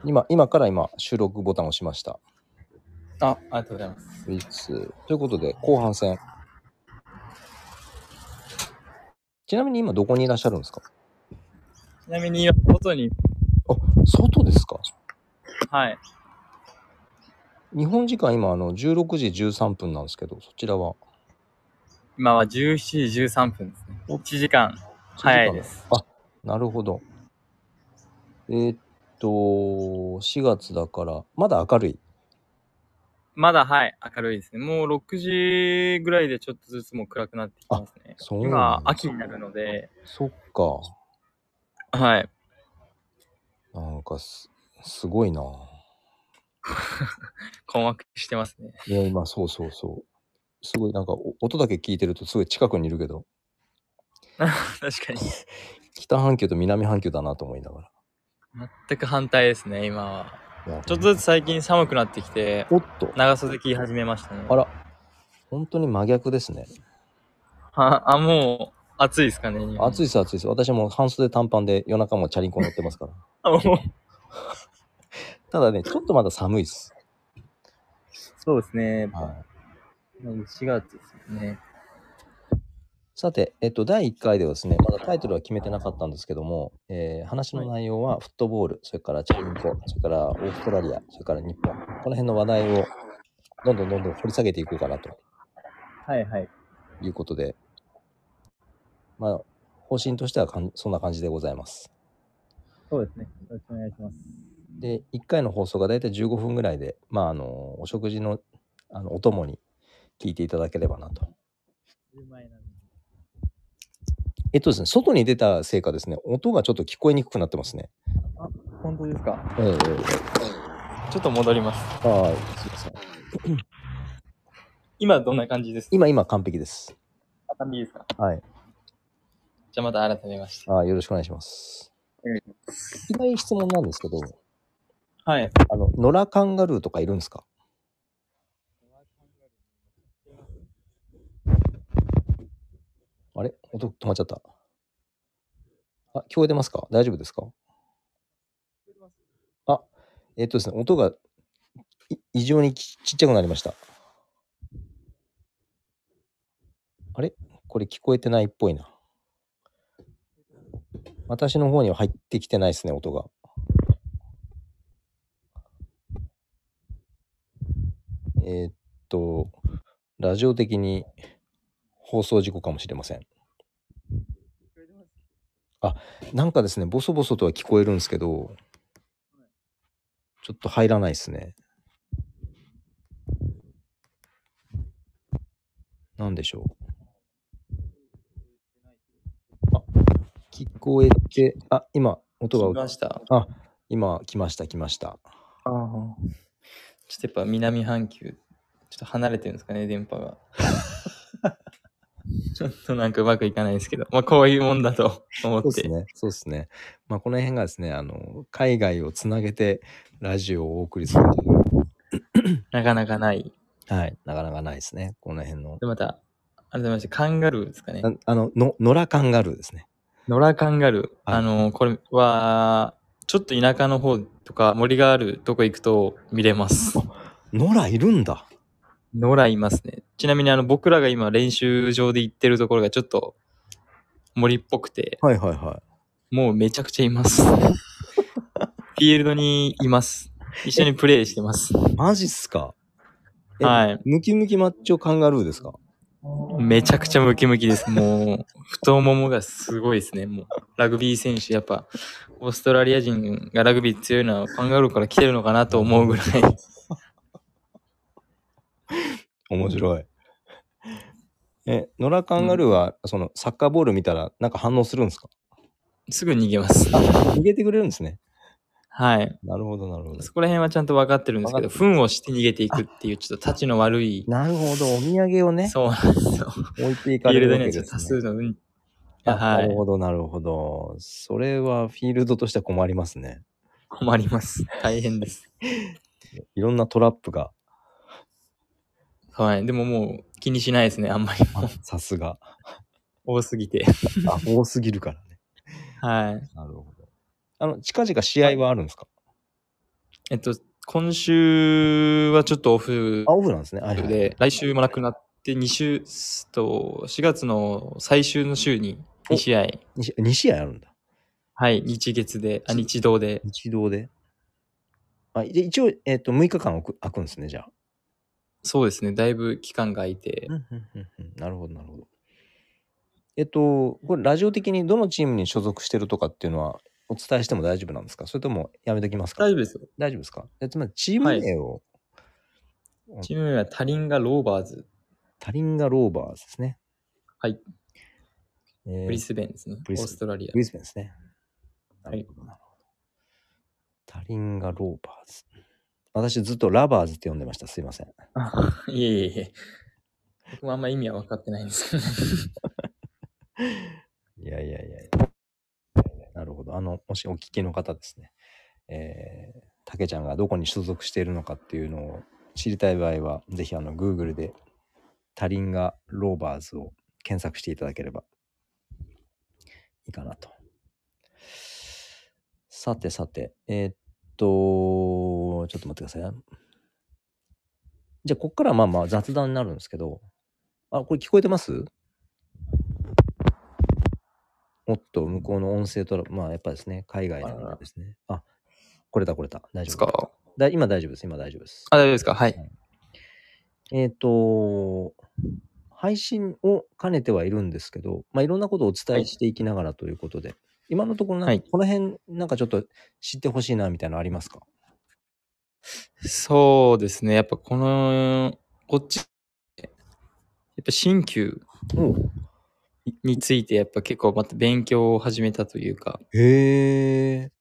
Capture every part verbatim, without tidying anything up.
今、今から今、収録ボタンを押しました。 あ、ありがとうございます。 いつということで、後半戦。ちなみに今どこにいらっしゃるんですか？ ちなみに今、外に。 あ、外ですか？ はい。 日本時間今、あの、じゅうろくじじゅうさんぷんなんですけど、そちらは？ 今はじゅうしちじじゅうさんぷんですね。いちじかん早いです。 あ、なるほど。えー、っと、しがつだから、まだ明るい？ まだ、はい、明るいですね。もうろくじぐらいでちょっとずつもう暗くなってきますね。 そう今、秋になるので。 そっか。 はい。 なんかす、すごいな。 困惑してますね。 いや、今、そうそうそう。すごい、なんか、音だけ聞いてるとすごい近くにいるけど。 確かに。 北半球と南半球だなと思いながら。 全く反対ですね、今は。ちょっとずつ最近寒くなってきて、 おっと長袖着始めましたね。 あら、本当に真逆ですね。 はあ、もう、暑いですかね、日本。 暑いです暑いです。私も半袖短パンで夜中もチャリンコ乗ってますから。ただね、ちょっとまだ寒いです。 そうですね、やっぱ。 はい、 しがつですよね。 さて、えっと、だいいっかいではですね、まだタイトルは決めてなかったんですけども、えー、話の内容はフットボール、それからチャリンコ、それからオーストラリア、それから日本、この辺の話題をどんどんどんどん掘り下げていこうかなと。 はいはい。 いうことで、まあ、方針としてはかんそんな感じでございます。 そうですね。よろしくお願いします。 で、いっかいの放送がだいたいじゅうごふんぐらいで、まあ、あの、お食事の、あの、お供に聞いていただければなと。えっとですね、外に出たせいかですね、音がちょっと聞こえにくくなってますね。 あ、本当ですか。 ええええ、 ちょっと戻ります。 はい、すいません。 今どんな感じですか？ 今、今完璧です。 完璧ですか？ はい。 じゃあまた改めまして。 あ、よろしくお願いします。いきなり質問なんですけど、 はい。 あの、野良カンガルーとかいるんですか？あれ？音止まっちゃった。あ、聞こえてますか？大丈夫ですか？あ、えっとですね、音が異常にちっちゃくなりました。あれ？これ聞こえてないっぽいな。私の方には入ってきてないですね、音が。えー、っと、ラジオ的に放送事故かもしれません。あ、なんかですね、ボソボソとは聞こえるんですけど、ちょっと入らないですね。なんでしょう。あ、聞こえて、あ、今、音が。 来ました。 あ、今、来ました、来ました。 ああ。ちょっとやっぱ南半球、ちょっと離れてるんですかね、電波が。ちょっとなんかうまくいかないですけど、まあこういうもんだと思って。 そうですね、そうですね。まあこの辺がですね、あの、海外をつなげてラジオをお送りするという。 なかなかない。 はい、なかなかないですね、この辺の。 で、また、改めまして、カンガルーですかね。 ああの、の、野良カンガルーですね。 野良カンガルー。 はい、 あの、これは、ちょっと田舎の方とか森があるとこ行くと見れます。 野良いるんだ。 野良いますね。ちなみにあの僕らが今練習場で行ってるところがちょっと森っぽくて、 はいはいはい。 もうめちゃくちゃいます。フィールドにいます。一緒にプレイしてます。 マジっすか？ はい。 ムキムキマッチョカンガルーですか？ めちゃくちゃムキムキです。もう、太ももがすごいですね。もう、ラグビー選手、やっぱ、オーストラリア人がラグビー強いのはカンガルーから来てるのかなと思うぐらい。 面白い。え、野良カンガルーは、うん、そのサッカーボール見たらなんか反応するんですか？ すぐ逃げます。 逃げてくれるんですね。 はい。 なるほどなるほど。 そこら辺はちゃんと分かってるんですけど、糞をして逃げていくっていうちょっとタチの悪い。 なるほど、お土産をね。 そうなんですよ。 置いていかれるわけですね。 フィールドには多数のうん。 あ、 はい。 なるほどなるほど。それはフィールドとしては困りますね。 困ります。大変です。 いろんなトラップが。 はい。でももう気にしないですね、あんまりもう。 さすが。 多すぎて。 あ、多すぎるからね。 はい。 なるほど。あの、近々試合はあるんですか？ えっと、今週はちょっとオフあ、オフなんですね。はいはい。 で、来週もなくなってに週と、しがつの最終の週にに試合、 に試に試合あるんだ。 はい、日月で、あ、 ち日同で、 日動で。あ、で一応、えっ、と、むいかかん空く空くんですね、じゃあ。 そうですね、だいぶ期間が空いてう、ん、うん、うん、うん。なるほど、なるほど。えっと、これ、ラジオ的にどのチームに所属してるとかっていうのは、お伝えしても大丈夫なんですか？それともやめときますか？ 大丈夫ですよ。 大丈夫ですか？えつまり、チームはい。 名を、 チーム名はタリンガローバーズ。 タリンガローバーズですね。 はい。 えーブリスベンですね。 ブリスオーストラリアブ。リスベンですね。なはいるほど、なるほど。タリンガローバーズ。私ずっとラバーズって呼んでました。すいません。 あいえいえいえ。僕もあんま意味は分かってないんですけど。 いやいやいやいや。なるほど。あの、もしお聞きの方ですね。えー、たけちゃんがどこに所属しているのかっていうのを知りたい場合は、ぜひあの、Google でタリンガローバーズを検索していただければいいかなと。さてさて、えーっと、ちょっと待ってくださいね。じゃあ、こっからまあまあ雑談になるんですけど、あ、これ聞こえてます？おっと、向こうの音声トラブル、まあやっぱですね、海外なんでですね。あ、これだこれだ。大丈夫ですか？ だ。今大丈夫です。今大丈夫です。 あ、大丈夫ですか？はい。 えっ、と、配信を兼ねてはいるんですけど、まあ、いろんなことをお伝えしていきながらということで、今のところなんか、 はい。 この辺、なんかちょっと知ってほしいなみたいなのありますか？ そうですね。やっぱこの、こっち、やっぱ新旧おうについてやっぱ結構また勉強を始めたというか、 へえ。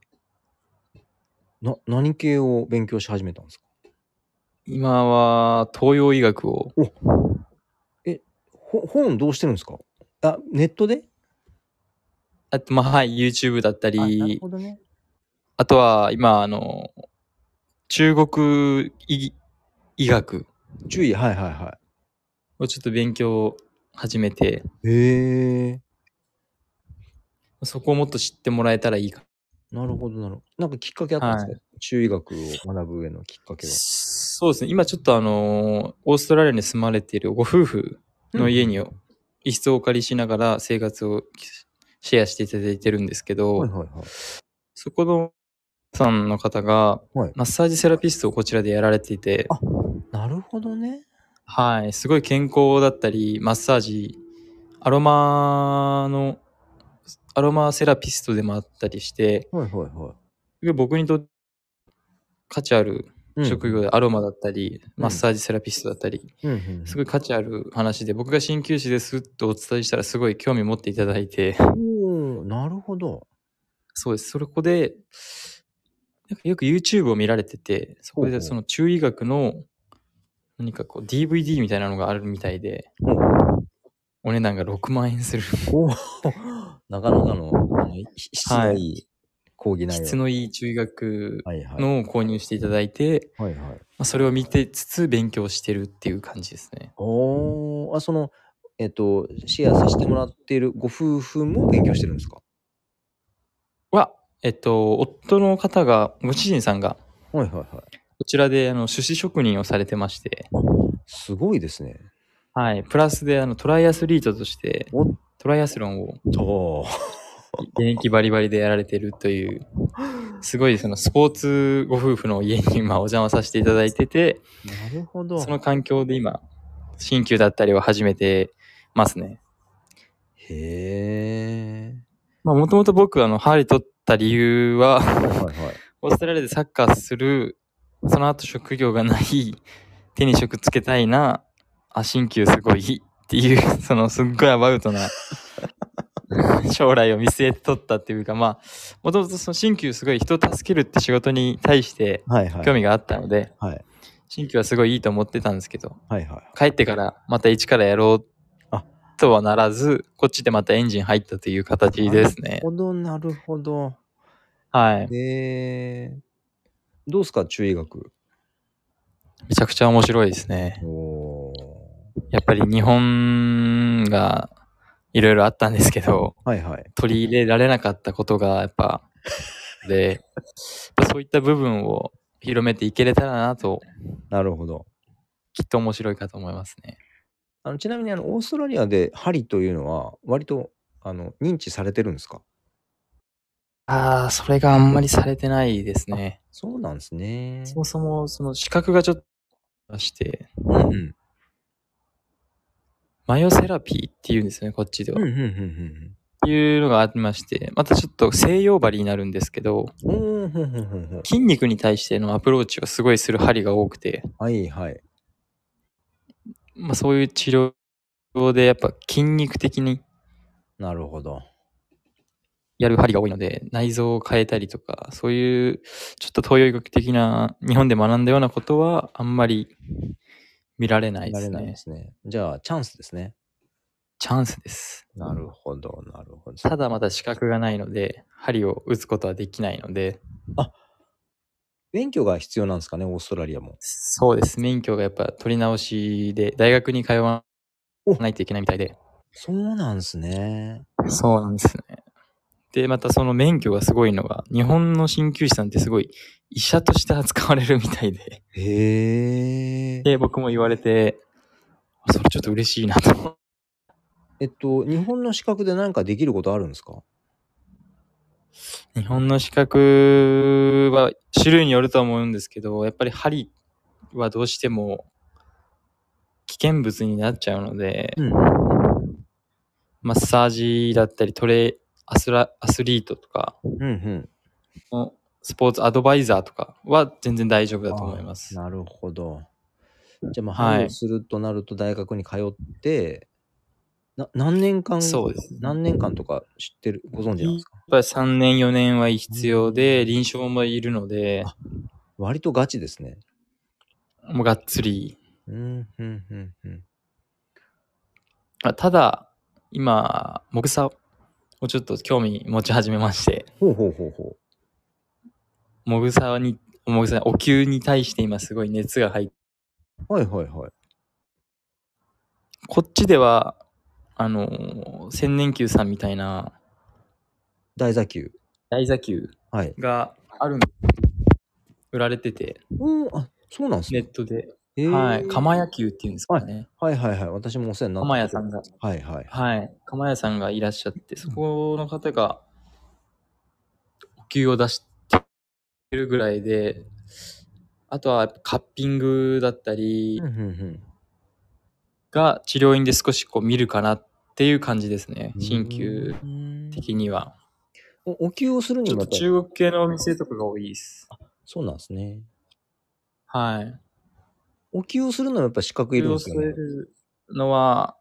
な、何系を勉強し始めたんですか？ 今は東洋医学を、 おえ、ほ本どうしてるんですか？あ、ネットで？ あとまあはい、YouTube だったあ、なるり、 ほどね。 あとは今あの、中国医医学注意、はいはいはをちょっと勉強を始めて、 い。へえ。 そこをもっと知ってもらえたらいいか。 なるほどなるほど。なんかきっかけあったんですか？ はい。 中医学を学ぶ上のきっかけは。 そうですね。今ちょっとあの、オーストラリアに住まれているご夫婦の家に一室をお借りしながら生活をシェアしていただいてるんですけど、 はいはいはい。 そこのさんの方がはい。 マッサージセラピストをこちらでやられていて、 あ、なるほどね。 はい、すごい健康だったり、マッサージ、アロマの、アロマセラピストでもあったりして、 はいはいはい。 すごい僕にとって価値あるうん職業でアロマだったり、 うんマッサージセラピストだったり、 うんうんすごい価値ある話で、僕が鍼灸師ですとお伝えしたらすごい興味持っていただいて、 おー、なるほど。 そうです。そこで、なんかよく YouTube を見られてて、そこほうほうでその中医学の何かこう ディーブイディー みたいなのがあるみたいで、 ほうお値段がろくまんえんする。 おーなかなかの、あの、ひ質のいい講義内容。 質のいい中医学はいはい。 のを購入していただいて、 はいはい。 まあ、それを見てつつ勉強してるっていう感じですね。 おー、あ、その、えっと、シェアさせてもらっているご夫婦も勉強してるんですか？ は、えっと、夫の方が、ご主人さんが、 はいはいはい。 こちらであの寿司職人をされてまして、 すごいですね。 はい、プラスであのトライアスリートとして、 おっトライアスロンをと、 現役バリバリでやられてるという、すごいそのスポーツご夫婦の家に今お邪魔させていただいてて、 なるほど。 その環境で今、鍼灸だったりを始めてますね。 へー。 まあもともと僕あの、ハリ取った理由は、 はいはいはい。 オーストラリアでサッカーする、その後職業がない、手に職つけたいな、あ、鍼灸すごいっていう、そのすっごいアバウトな将来を見据えて取ったっていうか、まあ、もともとその鍼灸すごい人を助けるって仕事に対してはいはい。 興味があったので、 はい。 鍼灸はすごいいいと思ってたんですけど、 はいはい。 帰ってからまた一からやろうあとはならず、こっちでまたエンジン入ったという形ですね。 なるほど、なるほど。 はい。 えー、どうすか、中医学。 めちゃくちゃ面白いですね。 おー。 やっぱり日本がいろいろあったんですけど、 はいはい。 取り入れられなかったことがやっぱ、で、やっぱそういった部分を広めていけれたらなと、 なるほど。 きっと面白いかと思いますね。 あのちなみにあのオーストラリアで針というのは割とあの認知されてるんですか？ ああ、それがあんまりされてないですあ、 ね。 そうなんですね。 そもそもその資格がちょっとありまして、 うんうん。 マヨセラピーっていうんですね、こっちでは。 うんうんうんうんっていうのがありまして、またちょっと西洋針になるんですけど、 うん。おお、ほんほんほんほん。 筋肉に対してのアプローチをすごいする針が多くて、 はいはい。 まあそういう治療でやっぱ筋肉的になるほど。 やる針が多いので、内臓を変えたりとか、そういうちょっと東洋医学的な日本で学んだようなことはあんまり見られない見られないでですね。 すね。じゃあチャンスですね。 チャンスです。 なるほどなるほど。 ただまだ資格がないので、針を打つことはできないので、 あ、免許が必要なんですかね、オーストラリアも。 そうです。免許がやっぱ取り直しで、大学に通わお、 ないといけないみたいで。 そうなんですね。 そうなんですね。で、またその免許がすごいのが、日本の鍼灸師さんってすごい医者として扱われるみたいで。 へえ。 で、僕も言われて、それちょっと嬉しいなと。 えっと、日本の資格で何かできることあるんですか？ 日本の資格は種類によるとは思うんですけど、やっぱり針はどうしても危険物になっちゃうので、 うん。 マッサージだったりトレアスラアスリートとかうんうん。 のスポーツアドバイザーとかは全然大丈夫だと思いああ、 ます。 なるほど。じゃあ、まあ、針はい。 をするとなると大学に通って、な何年間そうですね。 何年間とか知ってるご存知なんですか？ やっぱりさんねんよねんは必要で、 うん。 臨床もいるので、 あ、割とガチですね。 もうがっつり。 うん、ふんふんふん。 あただ、今、もぐさをちょっと興味持ち始めまして、 ほうほうほうほもぐさに、もぐさ、お灸に対して今すごい熱が入って、 う。はいはいはい。 こっちでは、あのー千年灸さんみたいな大座球。 大座灸はい。 があるん売られてて、 うん、あ、そうなんすね。 ネットで。 へえ。 はい。釜屋灸っていうんですはい。 かね。 はいはいはい。私もお世話になったことが。 釜屋さんが。 はいはいはい。 はい。釜屋さんがいらっしゃって、そこの方がお灸を出してるぐらいで、あとはカッピングだったりうんうんうん。 が治療院で少しこう見るかなっていう感じですね。 う鍼灸ーん。 的には。 おお灸をするにちょっともやっぱ中国系のお店とかが多いです。 そうなんすね。 はい。 お灸をするのはやっぱ資格い灸を据えるんすよね。 るのは、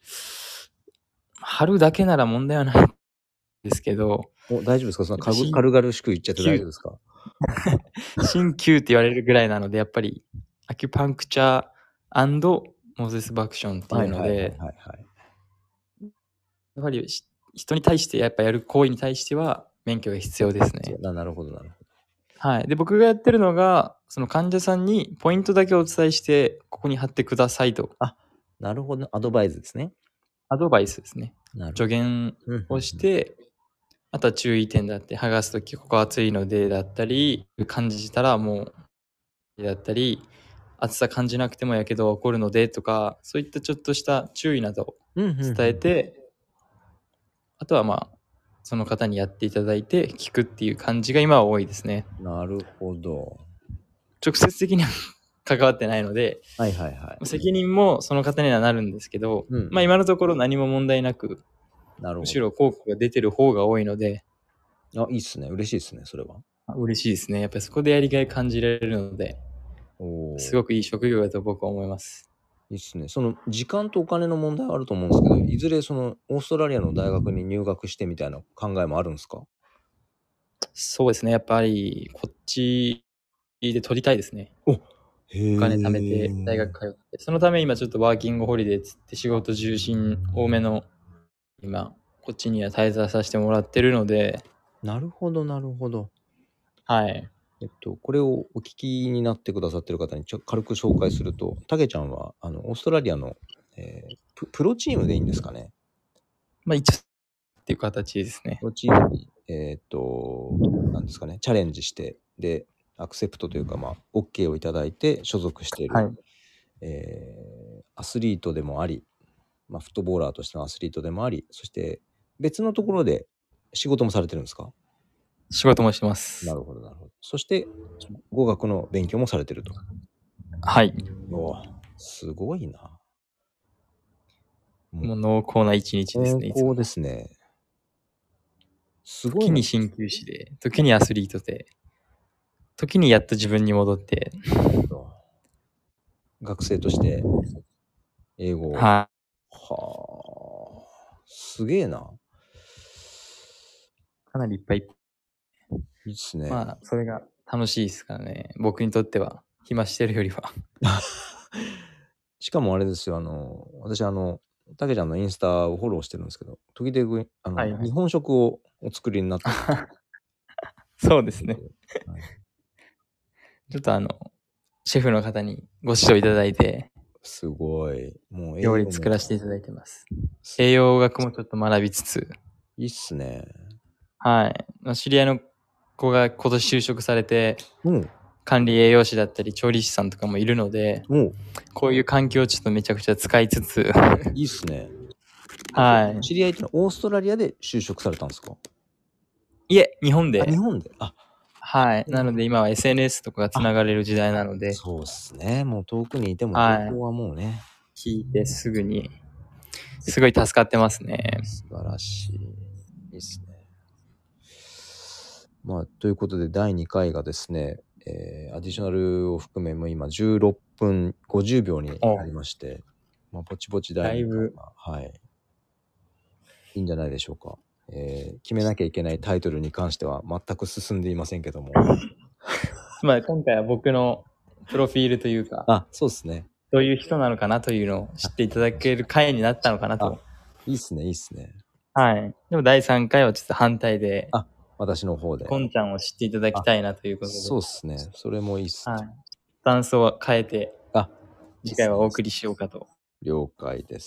貼るだけなら問題はないんですけど、 お、大丈夫ですか？そんなかぐやっぱ鍼軽々しく言っちゃって大丈夫ですか？ 鍼灸って言われるぐらいなので、やっぱりアキュパンクチャーモーゼスバクションってはいはいはいいうので、 はいはい。 やっぱりし人に対して、やっぱやる行為に対しては免許が必要ですね。 ななるほどなるほど。 はい。で、僕がやってるのが、その患者さんにポイントだけお伝えして、ここに貼ってくださいと、 あ、なるほど、アドバイスですね。 アドバイスですね。助なるほど。 言うんうんうをして、あとは注意点だって、剥がすときここ熱いのでだったり、感じたらもう、だったり、熱さ感じなくてもやけどは起こるのでとか、そういったちょっとした注意などをん。うんうんうん。 伝えて、あとはまあ、その方にやっていただいて聞くっていう感じが今は多いですね。 なるほど。 直接的には関わってないので、 はいはいはい。 責任もその方にはなるんですけど、 うん。 まあ今のところ何も問題なく、 なるほむしろ効果が出てる方が多いので、 ど。あ、いいっすね。嬉しいっすね、それは。 嬉しいですね。やっぱりそこでやりがい感じられるので、 おお。 すごくいい職業だと僕は思います。 いいっすね。その時間とお金の問題はあると思うんですけど、いずれそのオーストラリアの大学に入学してみたいな考えもあるんですか？ そうですね。やっぱりこっちで取りたいですね。 お、へお金貯めて大え。 学通って。そのため今ちょっとワーキングホリデーつって仕事重心多めの今、こっちには滞在させてもらってるので、 なるほどなるほど。 はい。 えっと、これをお聞きになってくださってる方にちょ軽く紹介すると、たけちゃんはあのオーストラリアの、えーププロチームでいいんですかね。 まあ一応っていう形ですね。 プロチームに、えーっと、なんですかね、チャレンジして、で、 アクセプトというか、まあ、OK をいただいて所属している、 はい。 えーアスリートでもあり、まあ、フットボーラーとしてのアスリートでもあり、そして別のところで仕事もされてるんですか？ 仕事もしてます。 なるほど、なるほど。そして語学の勉強もされてると。 はい。 おーすごいな。 もう濃厚な一日ですね、いつも。 濃厚ですね。すごいな。 時に鍼灸師で、時にアスリートで、時にやっと自分に戻って、 学生として英語を。 ははあ、すげえな。 い。かなりいっぱいいっぱい。 いいっすね。 まあ、それが楽しいですからね。僕にとっては。暇してるよりは。 しかもあれですよ、あの、私あの、たけちゃんのインスタをフォローしてるんですけど、時々、あの、 はいはい日本食をお作りになってる。 そうですね。 はい、 ちょっとあの、シェフの方にご指導いただいて、 すごい。もう栄料養も理作らせていただいてます。栄養学もちょっと学びつつ、 いいっすね。 はいまあ。知り合いの子が今年就職されて、 うん。 管理栄養士だったり調理師さんとかもいるので、 おこういう環境をちょっとめちゃくちゃ使いつつ、 いいっすね。 はい。 知り合いってのはオーストラリアで就職されたんですか？ いえ、日本あ、 で日、本で。あ、 はい。なので今は エスエヌエス とかがつながれる時代なので、 そうっすね。もう遠くにいても、 はいここはもうね、 聞いてすぐに、すごい助かってますね。 素晴らしい。いいっすね。まあ、ということで、だいにかいがですね、えーアディショナルを含め、もう今じゅうろっぷんごじゅうびょうになりまして、まあ、ぼちぼちだいにかいだいぶが、はい。いいんじゃないでしょうか。えー決めなきゃいけないタイトルに関しては全く進んでいませんけども。 まあ今回は僕のプロフィールというか、 あ、そうですね。 どういう人なのかなというのを知っていただける回になったのかなと。 いいっすね、いいっすね。 はい。でもだいさんかいはちょっと反対で、 あ、私の方で。 こんちゃんを知っていただきたいなということで。 そうっすね。それもいいっすね。 はい。スタンスを変えて、 あ、 次回はお送りしようかと。 了解です。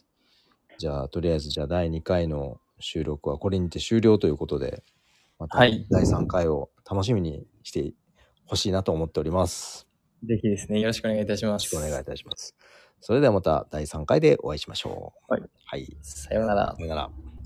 じゃあ、とりあえず、じゃあだいにかいの収録はこれにて終了ということで、またはいだいさんかいを楽しみにしてほしいなと思っております。 ぜひですね、よろしくお願いいたしよろます。 しくお願いいたします。それではまただいさんかいでお会いしましょう。 はい。 はい。 さようならさ。よなら。